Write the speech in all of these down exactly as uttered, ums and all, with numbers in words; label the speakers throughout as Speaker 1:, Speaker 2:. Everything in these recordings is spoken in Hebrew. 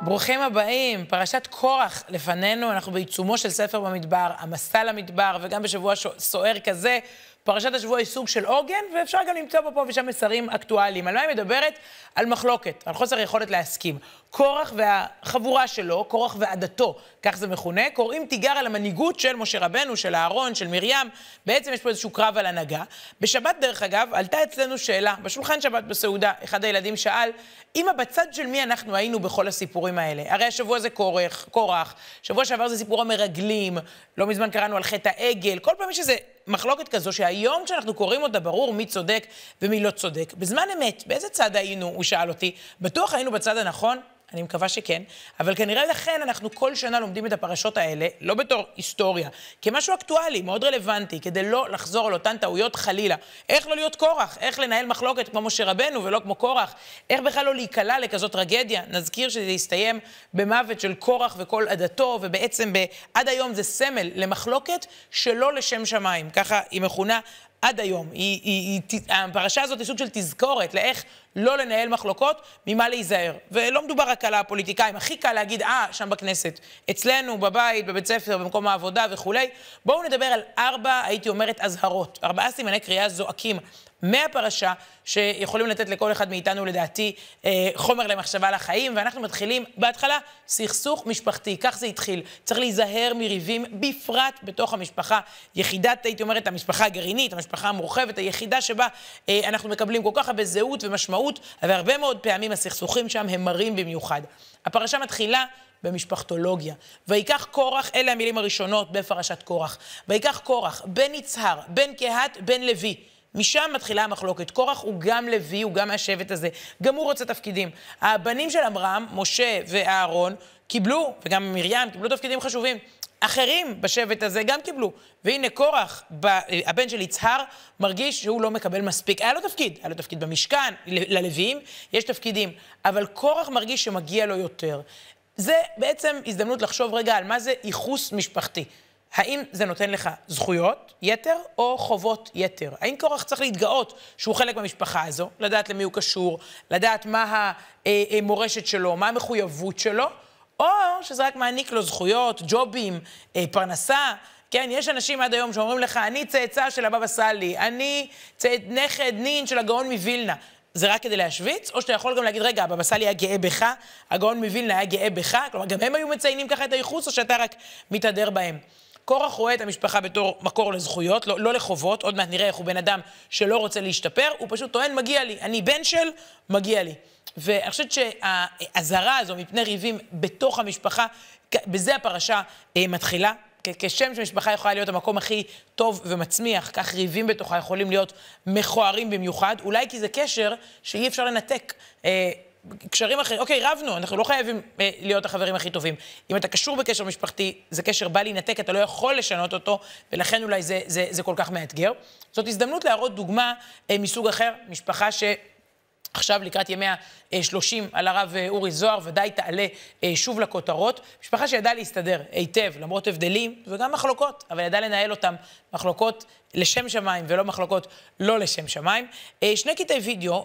Speaker 1: ברוכים הבאים, פרשת קורח לפנינו, אנחנו בעיצומו של ספר במדבר, המסע למדבר, וגם בשבוע סוער כזה, פרשת השבוע היא סוג של עוגן, ואפשר גם למצוא פה פה ושם מסרים אקטואליים. על מה היא מדברת? על מחלוקת, על חוסר יכולת להסכים. קורח והחבורה שלו, קורח ועדתו, כך זה מכונה, קוראים תיגר על המנהיגות של משה רבנו, של אהרון, של מרים. בעצם יש פה איזשהו קרב על הנהגה. בשבת, דרך אגב, עלתה אצלנו שאלה, בשולחן שבת בסעודה, אחד הילדים שאל, אמא, בצד של מי אנחנו היינו בכל הסיפורים האלה? הרי השבוע זה קורח, קורח, שבוע שעבר זה סיפור המרגלים, לא מזמן קראנו על חטא העגל, כל פעם יש איזה מחלוקת כזו שהיום כשאנחנו קוראים אותה ברור מי צודק ומי לא צודק. בזמן אמת, באיזה צד היינו? הוא שאל אותי. בטוח היינו בצד הנכון? אני מקווה שכן, אבל כנראה לכן אנחנו כל שנה לומדים את הפרשות האלה, לא בתור היסטוריה, כמשהו אקטואלי, מאוד רלוונטי, כדי לא לחזור על אותן טעויות חלילה. איך לא להיות קורח? איך לנהל מחלוקת כמו משה רבנו ולא כמו קורח? איך בכלל לא להיקלע לכזאת טרגדיה? נזכיר שזה יסתיים במוות של קורח וכל עדתו, ובעצם עד היום זה סמל למחלוקת שלא לשם שמיים. ככה היא מכונה עד היום. היא, היא, היא, הפרשה הזאת היא סוג של תזכורת לאיך לא לנהל מחלוקות, ממה להיזהר. ולא מדובר רק על הפוליטיקאים. הכי קל להגיד, אה, שם בכנסת, אצלנו, בבית, בבית ספר, במקום העבודה וכו'. בואו נדבר על ארבע, הייתי אומרת, אזהרות. ארבעה סימני קריאה זועקים מהפרשה, שיכולים לתת לכל אחד מאיתנו, לדעתי, חומר למחשבה לחיים, ואנחנו מתחילים, בהתחלה, סכסוך משפחתי. כך זה התחיל. צריך להיזהר מריבים, בפרט בתוך המשפחה. יחידת, הייתי אומרת, המשפחה הגרעינית, המשפחה המורחבת, היחידה שבה אנחנו מקבלים כל כך הרבה זהות ומשמעות, והרבה מאוד פעמים הסכסוכים שם הם מרים במיוחד. הפרשה מתחילה במשפחתולוגיה. ויקח קורח, אלה המילים הראשונות בפרשת קורח. ויקח קורח, בן יצהר, בן קהת, בן לוי. משם מתחילה המחלוקת. קורח הוא גם לוי, הוא גם מהשבט הזה. גם הוא רוצה תפקידים. הבנים של עמרם, משה ואהרון, קיבלו, וגם מרים, קיבלו תפקידים חשובים. אחרים בשבט הזה גם קיבלו. והנה קורח, הבן של יצהר, מרגיש שהוא לא מקבל מספיק. היה לו תפקיד, היה לו תפקיד במשכן, ללוויים, יש תפקידים. אבל קורח מרגיש שמגיע לו יותר. זה בעצם הזדמנות לחשוב רגע על מה זה ייחוס משפחתי. האם זה נותן לך זכויות יתר או חובות יתר? האם קורח צריך להתגאות שהוא חלק במשפחה הזו, לדעת למי הוא קשור, לדעת מה המורשת שלו, מה המחויבות שלו, או שזה רק מעניק לו זכויות, ג'ובים, פרנסה? כן, יש אנשים עד היום שאומרים לך, אני צאצא של הבבא סאלי, אני צאצא נכד נין של הגאון מווילנה. זה רק כדי להשוויץ? או שאתה יכול גם להגיד, רגע, הבבא סאלי היה גאה בך, הגאון מווילנה היה גאה בך, כלומר, גם הם היו מציינים ככה את הייחוס, או שאתה רק מתהדר בהם? קורח רואה את המשפחה בתור מקור לזכויות, לא, לא לחובות, עוד מעט נראה איך הוא בן אדם שלא רוצה להשתפר, הוא פשוט טוען, מגיע לי, אני בן של, מגיע לי. ואני חושבת שההזהרה הזו מפני ריבים בתוך המשפחה, בזה הפרשה אה, מתחילה, כשם שמשפחה יכולה להיות המקום הכי טוב ומצמיח, כך ריבים בתוכה יכולים להיות מכוערים במיוחד, אולי כי זה קשר שאי אפשר לנתק. אה, קשרים אחרים, אוקיי, רבנו, אנחנו לא חייבים אה, להיות החברים הכי טובים. אם אתה קשור בקשר משפחתי, זה קשר בא להינתק, אתה לא יכול לשנות אותו, ולכן אולי זה, זה, זה כל כך מאתגר. זאת הזדמנות להראות דוגמה אה, מסוג אחר, משפחה ש... עכשיו לקראת ימי ה-שלושים על הרב אורי זוהר, ודאי תעלה שוב לכותרות. משפחה שידעה להסתדר היטב, למרות הבדלים וגם מחלוקות, אבל ידעה לנהל אותם מחלוקות לשם שמיים ולא מחלוקות לא לשם שמיים. שני קטעי וידאו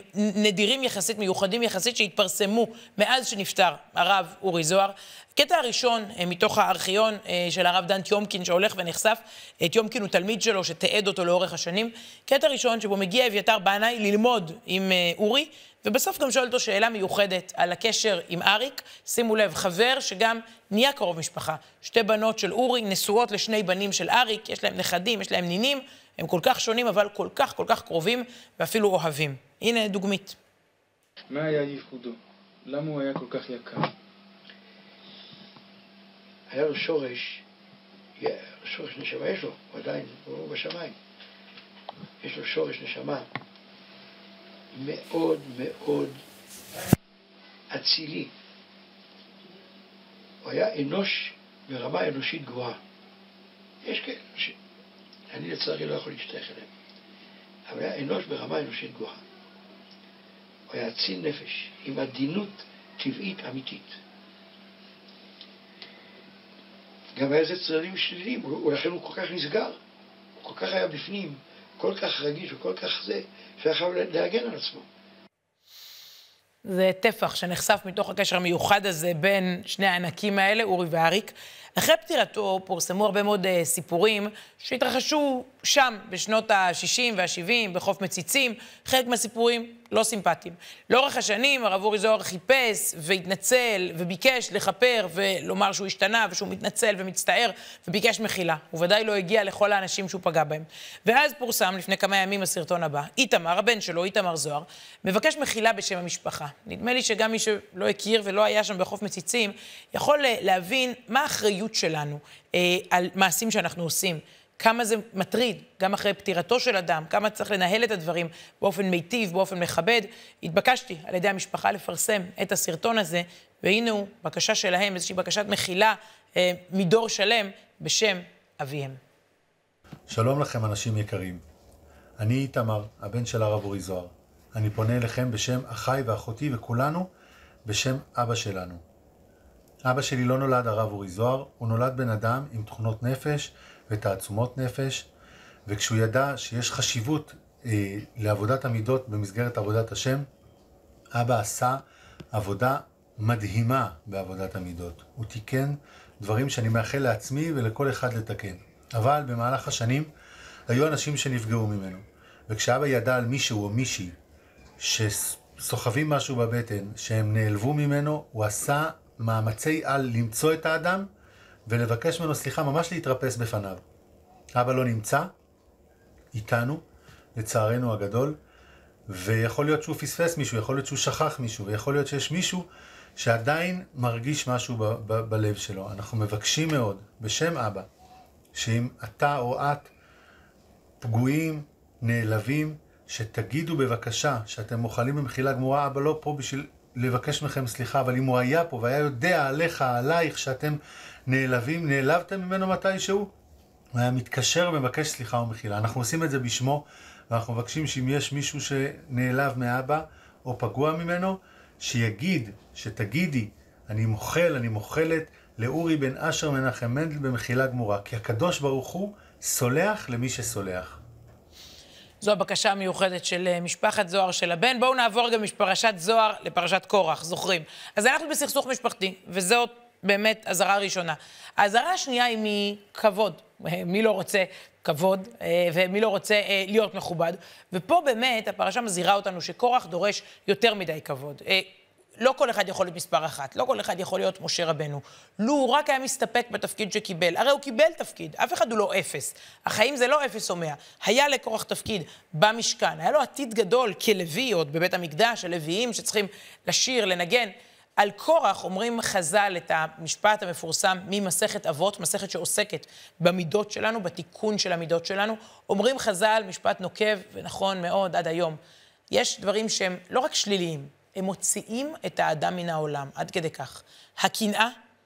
Speaker 1: נדירים יחסית, מיוחדים יחסית, שהתפרסמו מאז שנפטר הרב אורי זוהר. קטע הראשון מתוך הארכיון של הרב דן טיומקין שהולך ונחשף, טיומקין הוא תלמיד שלו שתעד אותו לאורך השנים. קטע ראשון שבו מגיע אביתר בנאי ללמוד עם אורי, ובסוף גם שואל אותו שאלה מיוחדת על הקשר עם אריק. שימו לב, חבר שגם נהיה קרוב משפחה. שתי בנות של אורי נשואות לשני בנים של אריק, יש להם נכדים, יש להם נינים, הם כל כך שונים אבל כל כך כל כך קרובים ואפילו אוהבים. הנה דוגמית.
Speaker 2: מה היה ייחודו? למה הוא היה כל כך יקר?
Speaker 3: היה לו שורש, שורש נשמה יש לו, הוא עדיין, הוא בשמיים. יש לו שורש נשמה מאוד מאוד אצילי. הוא היה אנוש ברמה אנושית גבוהה. יש כאלה אנשים, אני לצערי לא יכול להשתייך אליהם, אבל היה אנוש ברמה אנושית גבוהה. הוא היה אציל נפש, עם עדינות טבעית אמיתית. גם היה איזה צדדים שליליים, ולכן הוא כל כך נסגר, הוא כל כך היה בפנים, כל כך רגיש וכל כך זה, שהיה חייב להגן על עצמו.
Speaker 1: זה טפח שנחשף מתוך הקשר המיוחד הזה בין שני הענקים האלה, אורי ואריק. אחרי פטירתו פורסמו הרבה מאוד uh, סיפורים שהתרחשו שם בשנות ה-שישים וה-שבעים, בחוף מציצים, חלק מהסיפורים לא סימפטיים. לאורך השנים הרב אורי זוהר חיפש והתנצל וביקש לחפר ולומר שהוא השתנה ושהוא מתנצל ומצטער וביקש מחילה. הוא ודאי לא הגיע לכל האנשים שהוא פגע בהם. ואז פורסם לפני כמה ימים הסרטון הבא. איתמר, הבן שלו, איתמר זוהר, מבקש מחילה בשם המשפחה. נדמה לי שגם מי שלא הכיר ולא היה שם בחוף מציצים, יכול להבין מה האחריות שלנו אה, על מעשים שאנחנו עושים. כמה זה מטריד, גם אחרי פטירתו של אדם, כמה צריך לנהל את הדברים באופן מיטיב, באופן מכבד. התבקשתי על ידי המשפחה לפרסם את הסרטון הזה, והנה הוא, בקשה שלהם, איזושהי בקשת מחילה אה, מדור שלם בשם אביהם.
Speaker 4: שלום לכם אנשים יקרים. אני איתמר, הבן של הרב אורי זוהר. אני פונה אליכם בשם אחיי ואחותי וכולנו בשם אבא שלנו. אבא שלי לא נולד הרב אורי זוהר, הוא נולד בן אדם עם תכונות נפש ותעצומות נפש, וכשהוא ידע שיש חשיבות אה, לעבודת המידות במסגרת עבודת השם, אבא עשה עבודה מדהימה בעבודת המידות. הוא תיקן דברים שאני מאחל לעצמי ולכל אחד לתקן. אבל במהלך השנים היו אנשים שנפגעו ממנו, וכשאבא ידע על מישהו או מישהי שסוחבים משהו בבטן, שהם נעלבו ממנו, הוא עשה מאמצי על למצוא את האדם ולבקש ממנו סליחה, ממש להתרפס בפניו. אבא לא נמצא איתנו, לצערנו הגדול, ויכול להיות שהוא פספס מישהו, יכול להיות שהוא שכח מישהו, ויכול להיות שיש מישהו שעדיין מרגיש משהו ב- ב- בלב שלו. אנחנו מבקשים מאוד, בשם אבא, שאם אתה או את פגועים, נעלבים, שתגידו בבקשה שאתם מוכלים במחילה גמורה. אבא לא פה בשביל לבקש מכם סליחה, אבל אם הוא היה פה והיה יודע עליך, עלייך, שאתם נעלבים, נעלבתם ממנו מתישהו, הוא היה מתקשר ומבקש סליחה ומחילה. אנחנו עושים את זה בשמו, ואנחנו מבקשים שאם יש מישהו שנעלב מאבא או פגוע ממנו, שיגיד, שתגידי, אני מוכל, אני מוכלת לאורי בן אשר מנחם מנדל במחילה גמורה, כי הקדוש ברוך הוא סולח למי שסולח.
Speaker 1: זו הבקשה המיוחדת של משפחת זוהר של הבן. בואו נעבור גם מפרשת זוהר לפרשת קורח, זוכרים. אז אנחנו בסכסוך משפחתי, וזאת באמת הזרה הראשונה. הזרה השנייה היא מכבוד. מי לא רוצה כבוד, ומי לא רוצה להיות מכובד. ופה באמת הפרשה מזהירה אותנו שקורח דורש יותר מדי כבוד. לא כל אחד יכול להיות מספר אחת, לא כל אחד יכול להיות משה רבנו. לו הוא רק היה מסתפק בתפקיד שקיבל, הרי הוא קיבל תפקיד, אף אחד הוא לא אפס. החיים זה לא אפס או מאה. היה לקורח תפקיד במשכן, היה לו עתיד גדול כלוי עוד בבית המקדש, הלוויים שצריכים לשיר, לנגן. על קורח אומרים חז"ל את המשפט המפורסם ממסכת אבות, מסכת שעוסקת במידות שלנו, בתיקון של המידות שלנו. אומרים חז"ל, משפט נוקב ונכון מאוד עד היום. יש דברים שהם לא רק שליליים, הם מוציאים את האדם מן העולם, עד כדי כך. הקנאה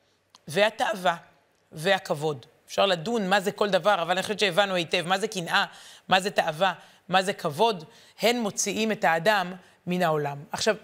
Speaker 1: והתאווה והכבוד. אפשר לדון מה זה כל דבר, אבל אני חושבת שהבנו היטב מה זה קנאה, מה זה תאווה, מה זה כבוד. הן מוציאים את האדם מן העולם. עכשיו,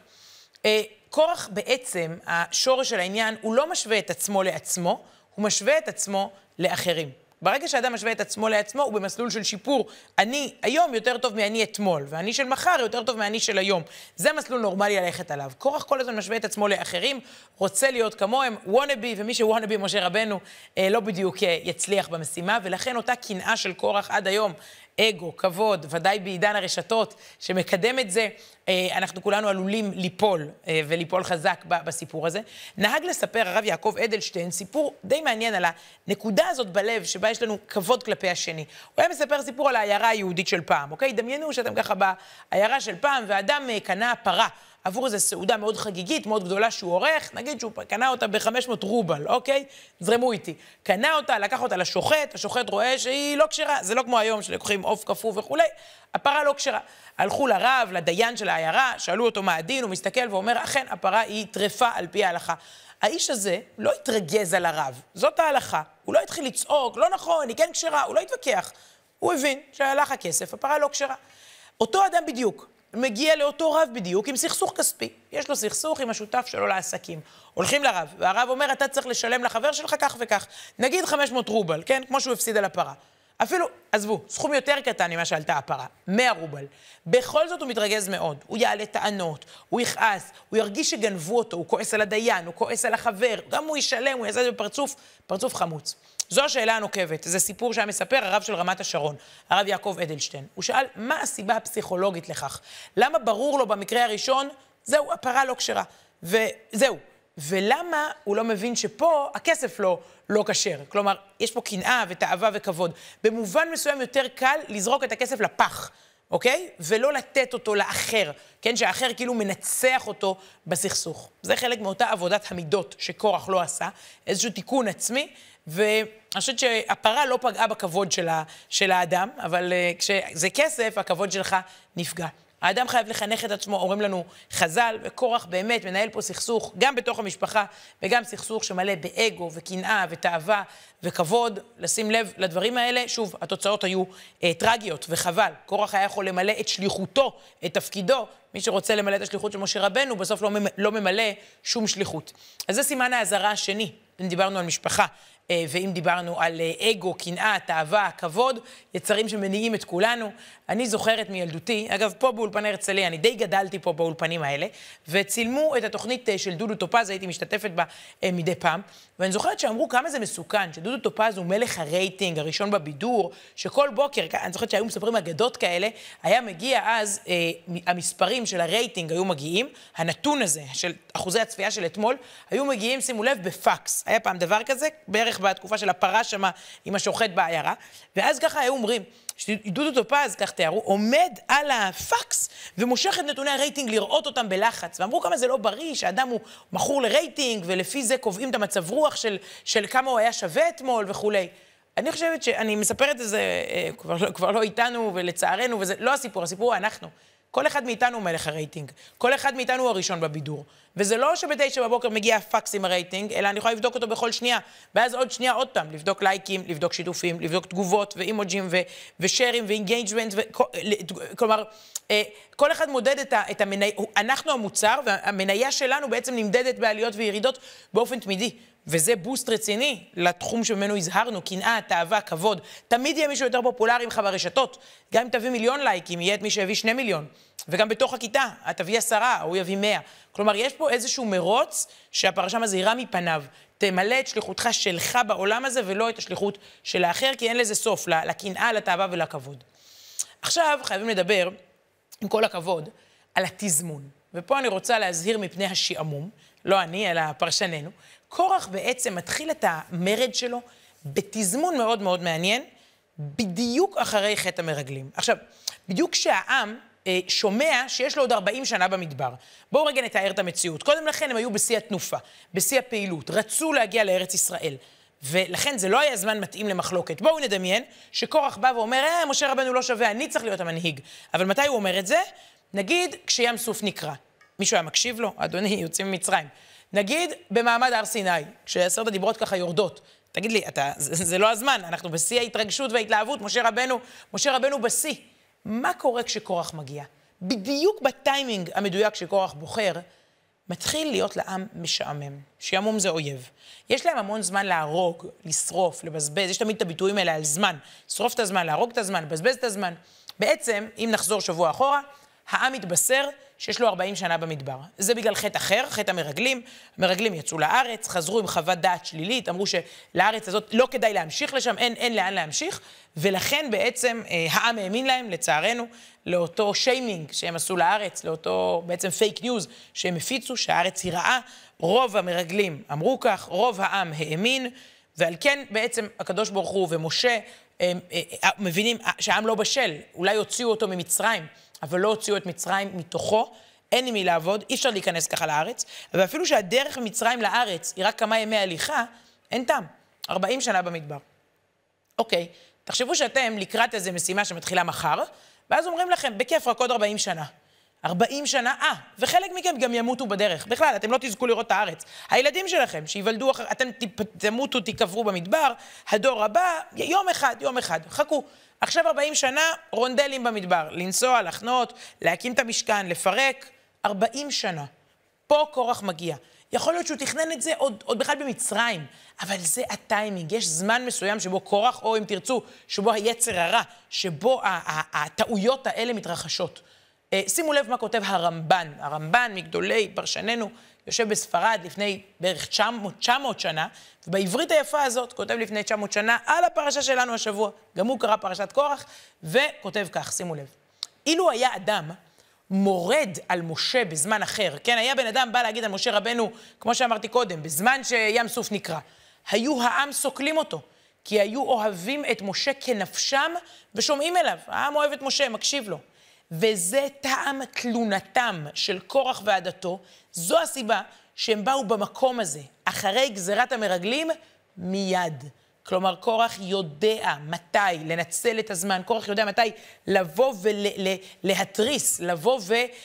Speaker 1: קורח בעצם, השורש של העניין, הוא לא משווה את עצמו לעצמו, הוא משווה את עצמו לאחרים. ברגע שאדם משווה את עצמו לעצמו, הוא במסלול של שיפור. אני היום יותר טוב מאני אתמול, ואני של מחר יותר טוב מאני של היום. זה מסלול נורמלי ללכת עליו. קורח כל הזמן משווה את עצמו לאחרים, רוצה להיות כמוהם, וונאבי, ומי שוונאבי משה רבנו לא בדיוק יצליח במשימה, ולכן אותה קנאה של קורח עד היום, אגו, כבוד, ודאי בעידן הרשתות שמקדם את זה, אנחנו כולנו עלולים ליפול וליפול חזק בסיפור הזה. נהג לספר הרב יעקב אדלשטיין סיפור די מעניין על הנקודה הזאת בלב שבה יש לנו כבוד כלפי השני. הוא היה מספר סיפור על העיירה היהודית של פעם, אוקיי? דמיינו שאתם ככה בעיירה של פעם ואדם קנה פרה עבור איזו סעודה מאוד חגיגית, מאוד גדולה שהוא עורך, נגיד שהוא קנה אותה ב-חמש מאות רובל, אוקיי? זרמו איתי. קנה אותה, לקח אותה לשוחט, השוחט רואה שהיא לא כשרה, זה לא כמו היום שלקוחים עוף קפוא וכולי, הפרה לא כשרה. הלכו לרב, לדיין של העיירה, שאלו אותו מה הדין, הוא מסתכל ואומר, אכן, הפרה היא טרפה על פי ההלכה. האיש הזה לא התרגז על הרב, זאת ההלכה. הוא לא התחיל לצעוק, לא נכון, היא כן כשרה, הוא לא התווכח. הוא הבין שהלך הכסף, הפרה לא כשרה. אותו אדם בדיוק. מגיע לאותו רב בדיוק עם סכסוך כספי. יש לו סכסוך עם השותף שלו לעסקים. הולכים לרב, והרב אומר, אתה צריך לשלם לחבר שלך כך וכך. נגיד חמש מאות רובל, כן? כמו שהוא הפסיד על הפרה. אפילו, עזבו, סכום יותר קטן ממה שעלתה הפרה, מאה רובל. בכל זאת הוא מתרגז מאוד, הוא יעלה טענות, הוא יכעס, הוא ירגיש שגנבו אותו, הוא כועס על הדיין, הוא כועס על החבר, גם הוא ישלם, הוא יעשה את זה בפרצוף, פרצוף חמוץ. זו השאלה הנוקבת, זה סיפור שהיה מספר הרב של רמת השרון, הרב יעקב אדלשטיין. הוא שאל, מה הסיבה הפסיכולוגית לכך? למה ברור לו במקרה הראשון, זהו, הפרה לא כשרה, וזהו. ולמה הוא לא מבין שפה הכסף לא, לא כשר? כלומר, יש פה קנאה ותאווה וכבוד. במובן מסוים יותר קל לזרוק את הכסף לפח, אוקיי? ולא לתת אותו לאחר, כן? שהאחר כאילו מנצח אותו בסכסוך. זה חלק מאותה עבודת המידות שקורח לא עשה, איזשהו תיקון עצמי, ואני חושבת שהפרה לא פגעה בכבוד של, ה, של האדם, אבל uh, כשזה כסף, הכבוד שלך נפגע. האדם חייב לחנך את עצמו, אומרים לנו חז"ל, וקורח באמת מנהל פה סכסוך, גם בתוך המשפחה, וגם סכסוך שמלא באגו וקנאה ותאווה וכבוד. לשים לב לדברים האלה, שוב, התוצאות היו אה, טרגיות וחבל. קורח היה יכול למלא את שליחותו, את תפקידו. מי שרוצה למלא את השליחות של משה רבנו, בסוף לא, לא ממלא שום שליחות. אז זה סימן ההזרה השני, אם דיברנו על משפחה. ואם דיברנו על אגו, קנאה, תאווה, כבוד, יצרים שמניעים את כולנו. אני זוכרת מילדותי, אגב, פה באולפן הרצליה, אני די גדלתי פה באולפנים האלה, וצילמו את התוכנית של דודו טופז, הייתי משתתפת בה מדי פעם, ואני זוכרת שאמרו כמה זה מסוכן, שדודו טופז הוא מלך הרייטינג, הראשון בבידור, שכל בוקר, אני זוכרת שהיו מספרים אגדות כאלה, היה מגיע אז, אה, המספרים של הרייטינג היו מגיעים, הנתון הזה של אחוזי הצפייה של אתמול, היו מגיעים, שימו לב, בפקס. היה פעם דבר כזה, בערך בתקופה של הפרה שמה עם השוחט בעיירה, ואז ככה היו אומרים, שדודו טופז, כך תיארו, עומד על הפקס ומושך את נתוני הרייטינג לראות אותם בלחץ. ואמרו כמה זה לא בריא, שהאדם הוא מכור לרייטינג, ולפי זה קובעים את המצב רוח של, של כמה הוא היה שווה אתמול וכולי. אני חושבת שאני מספרת את זה, אה, כבר, כבר לא איתנו ולצערנו, וזה לא הסיפור, הסיפור הוא אנחנו. כל אחד מאיתנו הוא מלך הרייטינג, כל אחד מאיתנו הוא הראשון בבידור. וזה לא שבתשע בבוקר מגיע הפקס עם הרייטינג, אלא אני יכולה לבדוק אותו בכל שנייה. ואז עוד שנייה עוד פעם, לבדוק לייקים, לבדוק שיתופים, לבדוק תגובות ואימוג'ים ו- ושרים ואינגייג'מנט. ו- כלומר, כל אחד מודד את, ה- את המניה, אנחנו המוצר, והמניה שלנו בעצם נמדדת בעליות וירידות באופן תמידי. וזה בוסט רציני לתחום שממנו הזהרנו, קנאה, תאווה, כבוד. תמיד יהיה מישהו יותר פופולרי ממך ברשתות. גם אם תביא מיליון לייקים, יהיה את מי שהביא שני מיליון. וגם בתוך הכיתה, את תביא עשרה, הוא יביא מאה. כלומר, יש פה איזשהו מרוץ שהפרשה מזהירה מפניו. תמלא את שליחותך שלך בעולם הזה, ולא את השליחות של האחר, כי אין לזה סוף, לקנאה, לתאווה ולכבוד. עכשיו חייבים לדבר, עם כל הכבוד, על התזמון. ופה אני רוצה להזהיר מפני השעמום, לא אני, אלא פרשננו. קורח בעצם מתחיל את המרד שלו בתזמון מאוד מאוד מעניין, בדיוק אחרי חטא המרגלים. עכשיו, בדיוק כשהעם אה, שומע שיש לו עוד ארבעים שנה במדבר. בואו רגע נתאר את המציאות. קודם לכן הם היו בשיא התנופה, בשיא הפעילות, רצו להגיע לארץ ישראל. ולכן זה לא היה זמן מתאים למחלוקת. בואו נדמיין שקורח בא ואומר, אה, משה רבנו לא שווה, אני צריך להיות המנהיג. אבל מתי הוא אומר את זה? נגיד כים סוף נקרא. מישהו היה מקשיב לו? אדוני, יוצאים ממצרים. נגיד במעמד הר סיני, כשעשרת הדיברות ככה יורדות. תגיד לי, אתה, זה, זה לא הזמן, אנחנו בשיא ההתרגשות וההתלהבות, משה רבנו, משה רבנו בשיא. מה קורה כשקורח מגיע? בדיוק בטיימינג המדויק שקורח בוחר, מתחיל להיות לעם משעמם. שעמום זה אויב. יש להם המון זמן להרוג, לשרוף, לבזבז, יש תמיד את הביטויים האלה על זמן. לשרוף את הזמן, להרוג את הזמן, לבזבז את הזמן. בעצם, אם נחזור שבוע אחורה, העם מתבשר שיש לו ארבעים שנה במדבר. זה בגלל חטא אחר, חטא המרגלים. המרגלים יצאו לארץ, חזרו עם חוות דעת שלילית, אמרו שלארץ הזאת לא כדאי להמשיך לשם, אין, אין לאן להמשיך, ולכן בעצם אה, העם האמין להם, לצערנו, לאותו שיימינג שהם עשו לארץ, לאותו בעצם פייק ניוז שהם הפיצו, שהארץ היא רעה. רוב המרגלים אמרו כך, רוב העם האמין, ועל כן בעצם הקדוש ברוך הוא ומשה אה, אה, מבינים שהעם לא בשל, אולי הוציאו אותו ממצרים, אבל לא הוציאו את מצרים מתוכו, אין עם מי לעבוד, אי אפשר להיכנס ככה לארץ, ואפילו שהדרך ממצרים לארץ היא רק כמה ימי הליכה, אין טעם, ארבעים שנה במדבר. אוקיי, תחשבו שאתם לקראת איזו משימה שמתחילה מחר, ואז אומרים לכם, בכיף רק עוד ארבעים שנה. ארבעים שנה, אה, וחלק מכם גם ימותו בדרך. בכלל, אתם לא תזכו לראות את הארץ. הילדים שלכם, שיוולדו אחר, אתם תמותו, תיקברו במדבר, הדור הבא, יום אחד, יום אחד, חכו. עכשיו ארבעים שנה, רונדלים במדבר, לנסוע, לחנות, להקים את המשכן, לפרק, ארבעים שנה. פה קורח מגיע, יכול להיות שהוא תכנן את זה עוד, עוד בכלל במצרים, אבל זה הטיימינג, יש זמן מסוים שבו קורח, או אם תרצו, שבו היצר הרע, שבו הטעויות האלה מתרחשות. שימו לב מה כותב הרמב"ן, הרמב"ן מגדולי פרשננו, יושב בספרד לפני בערך תשע מאות שנה, ובעברית היפה הזאת כותב לפני תשע מאות שנה על הפרשה שלנו השבוע, גם הוא קרא פרשת קורח, וכותב כך, שימו לב. אילו היה אדם מורד על משה בזמן אחר, כן, היה בן אדם בא להגיד על משה רבנו, כמו שאמרתי קודם, בזמן שים סוף נקרא, היו העם סוקלים אותו, כי היו אוהבים את משה כנפשם ושומעים אליו. העם אוהב את משה, מקשיב לו. וזה טעם תלונתם של קורח ועדתו, זו הסיבה שהם באו במקום הזה, אחרי גזירת המרגלים, מיד. כלומר, קורח יודע מתי לנצל את הזמן, קורח יודע מתי לבוא ולהתריס, לבוא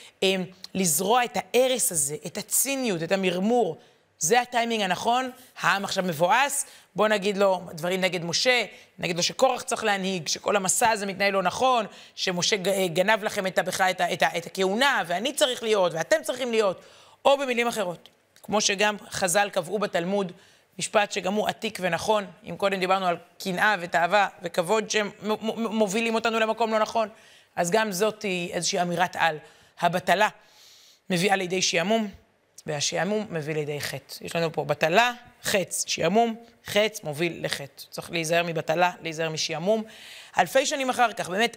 Speaker 1: ולזרוע את הארס הזה, את הציניות, את המרמור. זה הטיימינג הנכון, העם עכשיו מבואס, בוא נגיד לו דברים נגד משה, נגיד לו שקורח צריך להנהיג, שכל המסע הזה מתנהל לא נכון, שמשה גנב לכם את, בכלל, את, את, את הכהונה, ואני צריך להיות, ואתם צריכים להיות, או במילים אחרות. כמו שגם חז"ל קבעו בתלמוד, משפט שגם הוא עתיק ונכון, אם קודם דיברנו על קנאה ותאווה וכבוד שמובילים אותנו למקום לא נכון, אז גם זאת היא איזושהי אמירת על. הבטלה מביאה לידי שיעמום, והשיעמום מביא לידי חטא. יש לנו פה בטלה, חץ, שיעמום, חץ מוביל לחטא. צריך להיזהר מבטלה, להיזהר משיעמום. אלפי שנים אחר כך, באמת,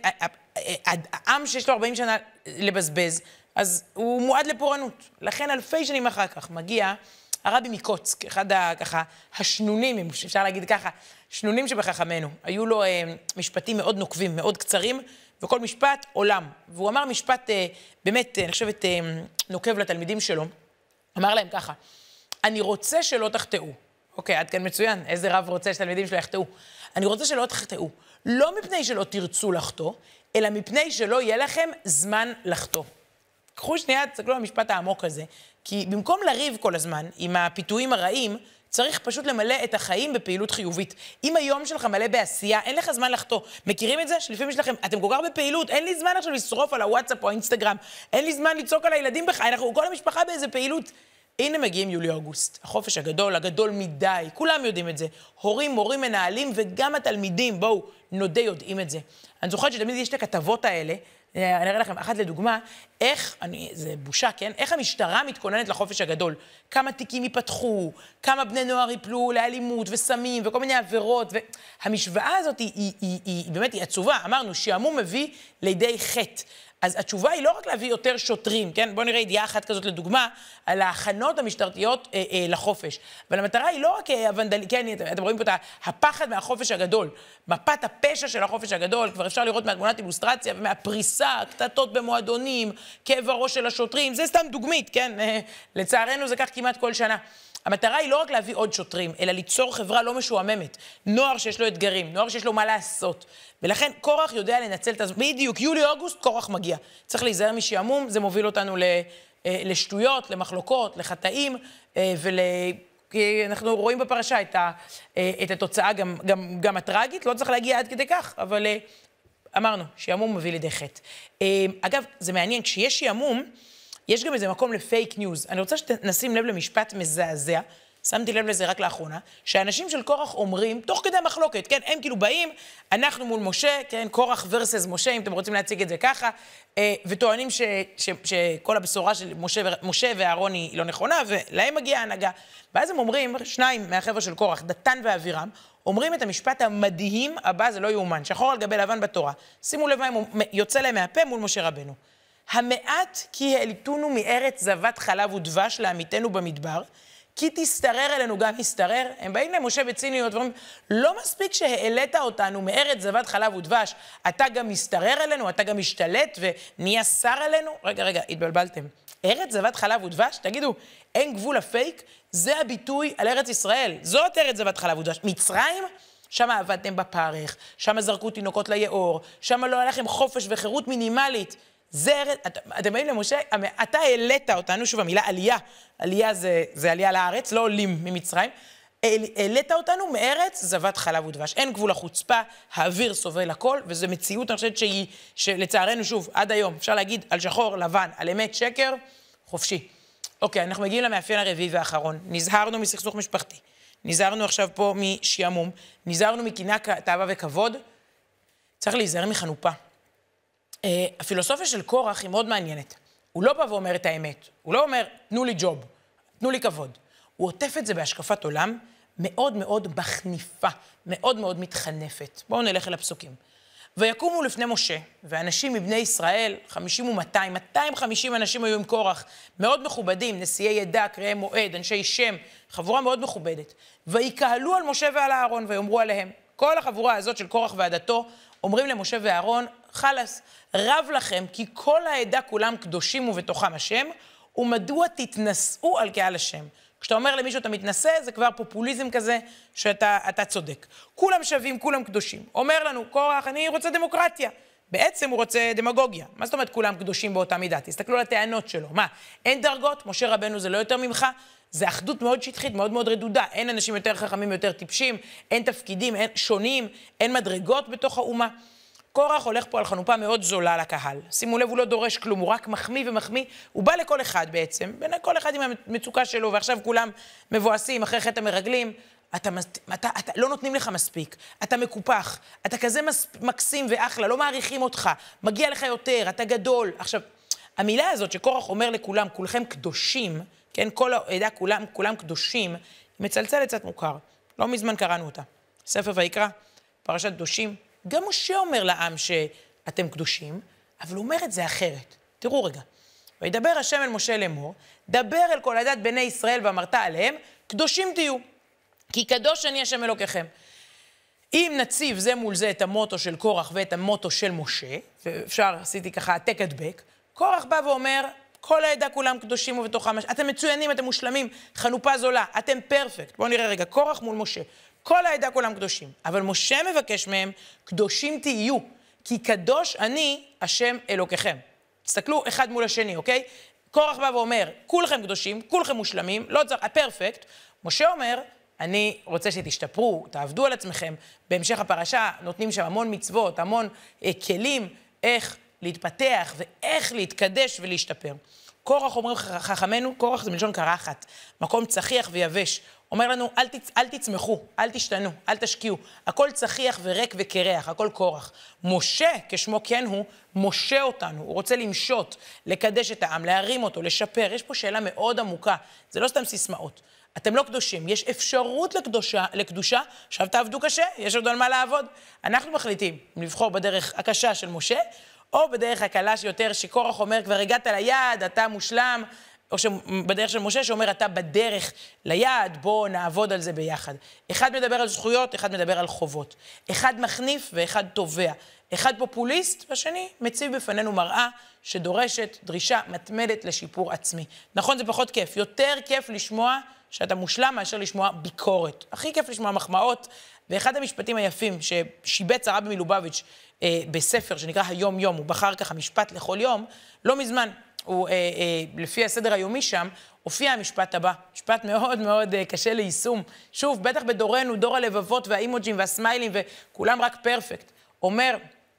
Speaker 1: העם שיש לו ארבעים שנה לבזבז, אז הוא מועד לפורענות. לכן אלפי שנים אחר כך מגיע הרבי מקוצק, אחד ה, ככה, השנונים, אם אפשר להגיד ככה, שנונים שבחכמנו. היו לו אה, משפטים מאוד נוקבים, מאוד קצרים, וכל משפט עולם. והוא אמר משפט, אה, באמת, אני חושבת, אה, נוקב לתלמידים שלו. אמר להם ככה, אני רוצה שלא תחטאו. אוקיי, עד כאן מצוין, איזה רב רוצה שתלמידים שלו יחטאו? אני רוצה שלא תחטאו. לא מפני שלא תרצו לחטוא, אלא מפני שלא יהיה לכם זמן לחטוא. קחו שנייה, תסתכלו על המשפט העמוק הזה, כי במקום לריב כל הזמן עם הפיתויים הרעים, צריך פשוט למלא את החיים בפעילות חיובית. אם היום שלך מלא בעשייה, אין לך זמן לחטוא. מכירים את זה? שלפעמים יש לכם, אתם כל כך בפעילות, אין לי זמן עכשיו לשרוף על הוואטסאפ או האינסטגרם, אין לי זמן לצעוק על הילדים בך, אנחנו כל המשפחה באיזה פעילות. הנה מגיעים יולי-אוגוסט, החופש הגדול, הגדול מדי, כולם יודעים את זה. הורים, מורים, מנהלים וגם התלמידים, בואו, נודה יודעים את זה. אני זוכרת שתמיד יש את הכתבות האלה, אני אראה לכם, אחת לדוגמה, איך, אני, זה בושה, כן? איך המשטרה מתכוננת לחופש הגדול. כמה תיקים ייפתחו, כמה בני נוער ייפלו לאלימות וסמים וכל מיני עבירות. והמשוואה הזאת היא, היא, היא, היא באמת היא עצובה. אמרנו, שעמום מביא לידי חטא. אז התשובה היא לא רק להביא יותר שוטרים, כן? בואו נראה ידיעה אחת כזאת לדוגמה, על ההכנות המשטרתיות אה, אה, לחופש. אבל המטרה היא לא רק הוונדלי, כן, אתם רואים פה את הפחד מהחופש הגדול, מפת הפשע של החופש הגדול, כבר אפשר לראות מהתמונת אילוסטרציה ומהפריסה, קטטות במועדונים, כאב הראש של השוטרים, זה סתם דוגמית, כן? אה, לצערנו זה כך כמעט כל שנה. המטרה היא לא רק להביא עוד שוטרים, אלא ליצור חברה לא משועממת. נוער שיש לו אתגרים, נוער שיש לו מה לעשות. ולכן קורח יודע לנצל את הזמן. בדיוק, יולי-אוגוסט, קורח מגיע. צריך להיזהר משעמום, זה מוביל אותנו לשטויות, למחלוקות, לחטאים, ואנחנו רואים בפרשה את, ה, את התוצאה גם, גם, גם הטרגית, לא צריך להגיע עד כדי כך, אבל אמרנו, שעמום מביא לידי חטא. אגב, זה מעניין, כשיש שעמום, יש גם איזה מקום לפייק ניוז. אני רוצה שנשים לב למשפט מזעזע, שמתי לב לזה רק לאחרונה, שאנשים של קורח אומרים, תוך כדי מחלוקת, כן, הם כאילו באים, אנחנו מול משה, כן, קורח ורסס משה, אם אתם רוצים להציג את זה ככה, וטוענים ש, ש, שכל הבשורה של משה, משה ואהרון היא לא נכונה, ולהם מגיעה ההנהגה. ואז הם אומרים, שניים מהחבר'ה של קורח, דתן ואבירם, אומרים את המשפט המדהים הבא, זה לא יאומן, שחור על גבי לבן בתורה. שימו לב מה יוצא להם מהפה מול משה רבנו. המעט כי העליתונו מארץ זבת חלב ודבש לעמיתנו במדבר, כי תסתרר אלינו גם הסתרר. הם באים למשה בציניות ואומרים, לא מספיק שהעלית אותנו מארץ זבת חלב ודבש, אתה גם מסתרר אלינו, אתה גם משתלט ונהיה שר אלינו? רגע, רגע, התבלבלתם. ארץ זבת חלב ודבש? תגידו, אין גבול הפייק? זה הביטוי על ארץ ישראל. זאת ארץ זבת חלב ודבש. מצרים? שם עבדתם בפרך, שם זרקו תינוקות ליאור, שם לא היה לכם חופש וחירות מינימלית. זה, את, אתם באים למשה, אתה העלית אותנו, שוב, המילה עלייה, עלייה זה, זה עלייה לארץ, לא עולים ממצרים, העלית אותנו מארץ זבת חלב ודבש. אין גבול החוצפה, האוויר סובל הכל, וזו מציאות, אני חושבת שהיא, שלצערנו, שוב, עד היום, אפשר להגיד על שחור, לבן, על אמת, שקר, חופשי. אוקיי, אנחנו מגיעים למאפיין הרביעי והאחרון. נזהרנו מסכסוך משפחתי. נזהרנו עכשיו פה משעמום. נזהרנו מקנאה, תאווה וכבוד. צריך להיזהר מחנופה. הפילוסופיה של קורח היא מאוד מעניינת. הוא לא בא ואומר את האמת. הוא לא אומר, תנו לי ג'וב, תנו לי כבוד. הוא עוטף את זה בהשקפת עולם מאוד מאוד מחניפה, מאוד מאוד מתחנפת. בואו נלך אל הפסוקים. ויקומו לפני משה, ואנשים מבני ישראל, חמישים ומאתיים, מאתיים וחמישים אנשים היו עם קורח, מאוד מכובדים, נשיאי ידע, קראי מועד, אנשי שם, חבורה מאוד מכובדת. ויקהלו על משה ועל הארון, ויאמרו עליהם. כל החבורה הזאת של קורח ועדתו, אומרים למשה ואהרון, חלס, רב לכם, כי כל העדה כולם קדושים ובתוכם השם, ומדוע תתנשאו על קהל השם. כשאתה אומר למישהו אתה מתנשא, זה כבר פופוליזם כזה שאתה אתה צודק. כולם שווים, כולם קדושים. אומר לנו, קורח, אני רוצה דמוקרטיה. בעצם הוא רוצה דמגוגיה. מה זאת אומרת כולם קדושים באותה מידה? תסתכלו על הטענות שלו. מה, אין דרגות? משה רבנו זה לא יותר ממך? זה אחדות מאוד שטחית, מאוד מאוד רדודה. אין אנשים יותר חכמים, יותר טיפשים, אין תפקידים, אין שונים, אין מדרגות בתוך האומה. קורח הולך פה על חנופה מאוד זולה לקהל. שימו לב, הוא לא דורש כלום, הוא רק מחמיא ומחמיא. הוא בא לכל אחד בעצם, בין כל אחד עם המצוקה שלו, ועכשיו כולם מבואסים אחרי חטא המרגלים. אתה, אתה, אתה, לא נותנים לך מספיק, אתה מקופח, אתה כזה מס, מקסים ואחלה, לא מעריכים אותך, מגיע לך יותר, אתה גדול. עכשיו, המילה הזאת שקורח אומר לכולם, כולכם קדושים, כן, כל העדה, כולם, כולם קדושים, היא מצלצלת קצת מוכר. לא מזמן קראנו אותה. ספר ויקרא, פרשת קדושים. גם משה אומר לעם שאתם קדושים, אבל הוא אומר את זה אחרת. תראו רגע. וידבר השם אל משה לאמור, דבר אל כל עדת בני ישראל ואמרת עליהם, קדושים תהיו, כי קדוש אני השם אלוקיכם. אם נציב זה מול זה את המוטו של קורח ואת המוטו של משה, ואפשר, עשיתי ככה, העתק הדבק, קורח בא ואומר, כל העדה כולם קדושים ובתוכם, אתם מצוינים, אתם מושלמים, חנופה זולה, אתם פרפקט. בואו נראה רגע, קורח מול משה. כל העדה כולם קדושים, אבל משה מבקש מהם, קדושים תהיו, כי קדוש אני השם אלוקיכם. תסתכלו אחד מול השני, אוקיי? קורח בא ואומר, כולכם קדושים, כולכם מושלמים, לא צריך, הפרפקט. משה אומר, אני רוצה שתשתפרו, תעבדו על עצמכם. בהמשך הפרשה נותנים שם המון מצוות, המון אה, כלים, איך להתפתח ואיך להתקדש ולהשתפר. קורח אומרים חכמנו, קורח זה מלשון קרחת, מקום צחיח ויבש. אומר לנו, אל, תצ... אל תצמחו, אל תשתנו, אל תשקיעו. הכל צחיח ורק וקרח, הכל קורח. משה, כשמו כן הוא, משה אותנו. הוא רוצה למשות, לקדש את העם, להרים אותו, לשפר. יש פה שאלה מאוד עמוקה. זה לא סתם סיסמאות. אתם לא קדושים, יש אפשרות לקדושה, לקדושה, עכשיו תעבדו קשה, יש עוד על מה לעבוד. אנחנו מחליטים לבחור בדרך הקשה של משה, או בדרך הקלה שיותר שקורח אומר, כבר הגעת ליעד, אתה מושלם, או בדרך של משה שאומר, אתה בדרך ליעד, בוא נעבוד על זה ביחד. אחד מדבר על זכויות, אחד מדבר על חובות. אחד מחניף ואחד תובע. אחד פופוליסט, והשני מציב בפנינו מראה שדורשת דרישה מתמדת לשיפור עצמי. נכון, זה פחות כיף. יותר כיף לשמוע שאתה מושלם מאשר לשמוע ביקורת. הכי כיף לשמוע מחמאות, ואחד המשפטים היפים ששיבץ הרבי מלובביץ' אה, בספר שנקרא היום יום, הוא בחר ככה משפט לכל יום, לא מזמן, הוא, אה, אה, לפי הסדר היומי שם, הופיע המשפט הבא, משפט מאוד מאוד אה, קשה ליישום. שוב, בטח בדורנו, דור הלבבות והאימוג'ים והסמיילים, וכולם רק פרפקט. אומר,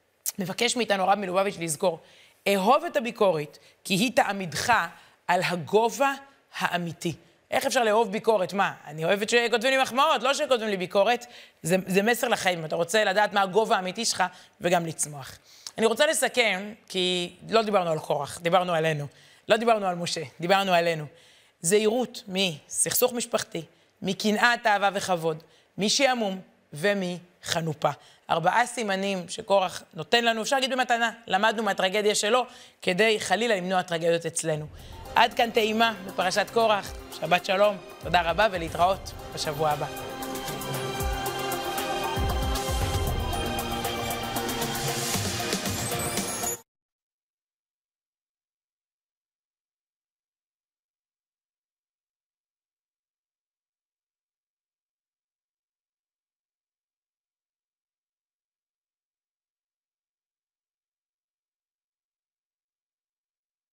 Speaker 1: מבקש מאיתנו הרב מלובביץ' לזכור, אהוב את הביקורת, כי היא תעמידך על הגובה האמיתי. איך אפשר לאהוב ביקורת? מה? אני אוהבת שכותבים לי מחמאות, לא שכותבים לי ביקורת. זה, זה מסר לחיים. אתה רוצה לדעת מה הגובה האמיתי שלך וגם לצמוח. אני רוצה לסכם, כי לא דיברנו על קורח, דיברנו עלינו. לא דיברנו על משה, דיברנו עלינו. זהירות מסכסוך משפחתי, מקנאה, תאווה וכבוד, משעמום ומחנופה. ארבעה סימנים שקורח נותן לנו, אפשר להגיד במתנה, למדנו מהטרגדיה שלו, כדי חלילה למנוע טרגדיות אצלנו. עד כאן טעימה בפרשת קורח, שבת שלום, תודה רבה ולהתראות בשבוע הבא.